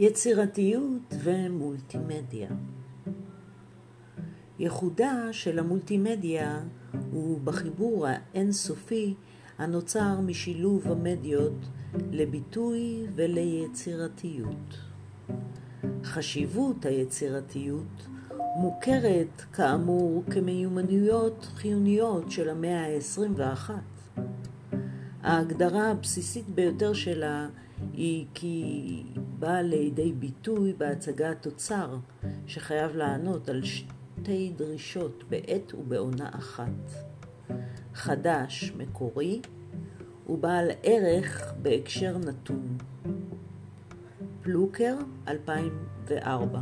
יצירתיות ומולטימדיה. ייחודה של המולטימדיה הוא בחיבור האינסופי הנוצר משילוב המדיות לביטוי וליצירתיות. חשיבות היצירתיות מוכרת כאמור כמיומנויות חיוניות של המאה ה-21. ההגדרה הבסיסית ביותר שלה היא כי באה לידי ביטוי בהצגת תוצר שחייב לענות על שתי דרישות בעת ובעונה אחת. חדש, מקורי, ובעל ערך בהקשר נתון. פלוקר, 2004.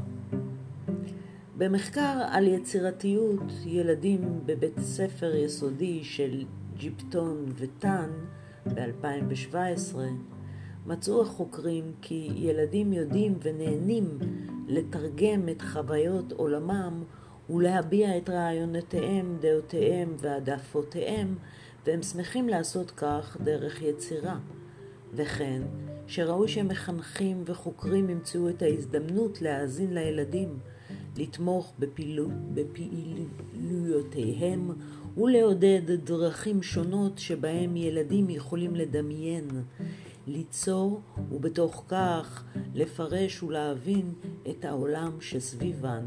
במחקר על יצירתיות ילדים בבית ספר יסודי של ג'יפטון וטן ב-2017, מצאו החוקרים כי ילדים יודעים ונהנים לתרגם את חוויות עולמם ולהביע את רעיונותיהם, דעותיהם והעדפותיהם, והם שמחים לעשות כך דרך יצירה. וכן, שראוי שמחנכים וחוקרים ימצאו את ההזדמנות להאזין לילדים, לתמוך בפעילויותיהם ולעודד דרכים שונות שבהם ילדים יכולים לדמיין, ליצור ובתוך כך לפרש ולהבין את העולם שסביבן.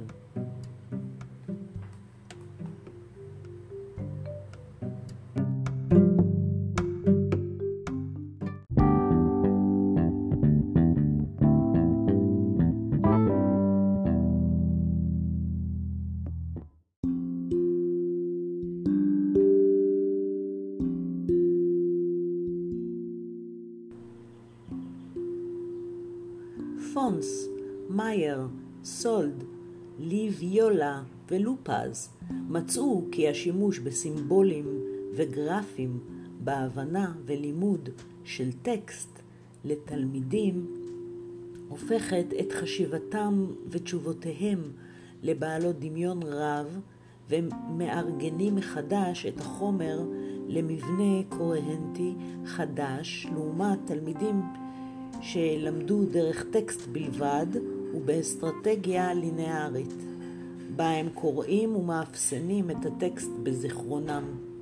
פונס, מאייר, סולד, ליביולה ולופז מצאו כי השימוש בסימבולים וגרפים בהבנה ולימוד של טקסט לתלמידים הופכת את חשיבתם ותשובותיהם לבעלות דמיון רב ומארגנים מחדש את החומר למבנה קוהרנטי חדש לעומת תלמידים שלמדו דרך טקסט בלבד ובאסטרטגיה לינארית, בה הם קוראים ומאפסנים את הטקסט בזיכרונם.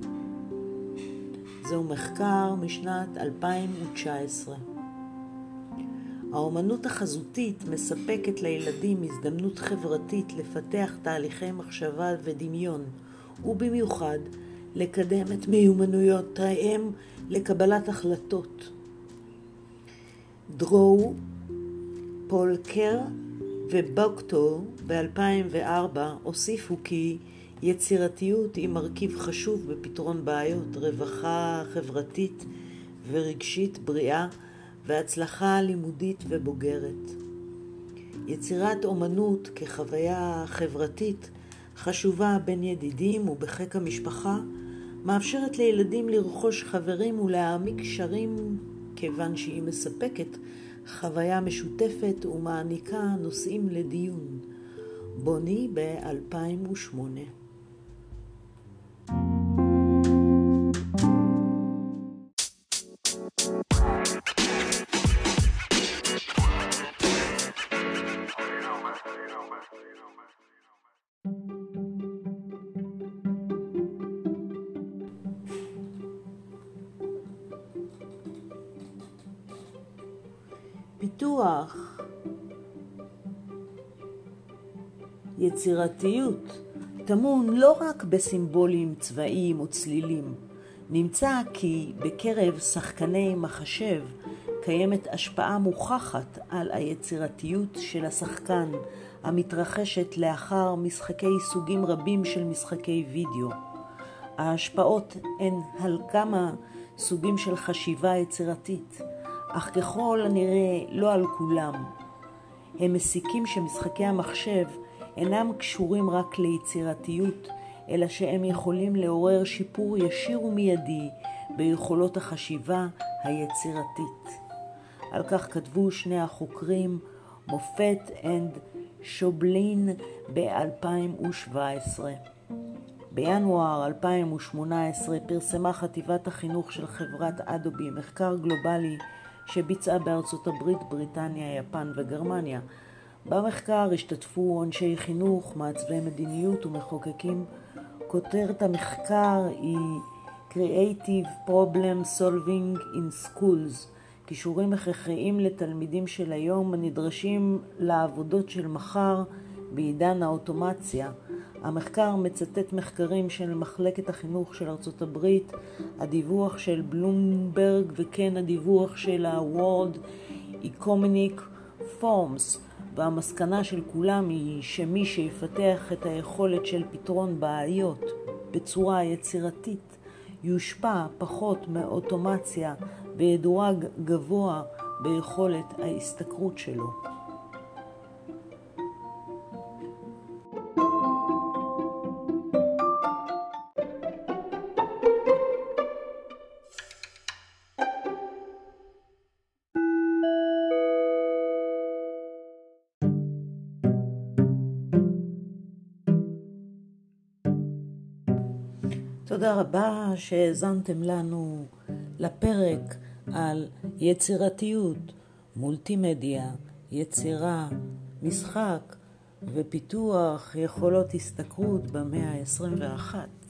זהו מחקר משנת 2019. האומנות החזותית מספקת לילדים הזדמנות חברתית לפתח תהליכי מחשבה ודמיון, ובמיוחד לקדם את מיומנויותיהם לקבלת החלטות. דרו, פולקר ובוקטו ב-2004 הוסיפו כי יצירתיות היא מרכיב חשוב בפתרון בעיות, רווחה חברתית ורגשית בריאה והצלחה לימודית ובוגרת. יצירת אומנות כחוויה חברתית חשובה בין ידידים ובחיק המשפחה מאפשרת לילדים לרכוש חברים ולהעמיק קשרים כיוון שהיא מספקת חוויה משותפת ומעניקה נושאים לדיון. בוני ב-2008. פיתוח יצירתיות טמון לא רק בסימבולים צבאיים או צלילים. נמצא כי בקרב שחקני מחשב קיימת השפעה מוכחת על היצירתיות של השחקן המתרחשת לאחר משחקי סוגים רבים של משחקי וידאו. ההשפעות הן על כמה סוגים של חשיבה יצירתית, אך ככל הנראה לא על כולם. הם מסיקים שמשחקי המחשב אינם קשורים רק ליצירתיות, אלא שהם יכולים לעורר שיפור ישיר ומיידי ביכולות החשיבה היצירתית. על כך כתבו שני החוקרים מופט ושובלין ב-2017. בינואר 2018 פרסמה חטיבת החינוך של חברת אדובי מחקר גלובלי שביצעה בארצות הברית, בריטניה, יפן וגרמניה. במחקר השתתפו אנשי חינוך, מעצבי מדיניות ומחוקקים. כותרת המחקר היא Creative Problem Solving in Schools, כישורים הכרחיים לתלמידים של היום הנדרשים לעבודות של מחר בעידן האוטומציה. המחקר מצטט מחקרים של מחלקת החינוך של ארצות הברית, הדיווח של בלומברג וכן הדיווח של ה-World Economic Forums, והמסקנה של כולם היא שמי שיפתח את היכולת של פתרון בעיות בצורה יצירתית יושפע פחות מאוטומציה וידורג גבוה ביכולת ההסתכרות שלו. תודה רבה שהאזנתם לנו לפרק על יצירתיות, מולטימדיה, יצירה, משחק ופיתוח יכולות הסתכרות במאה ה-21.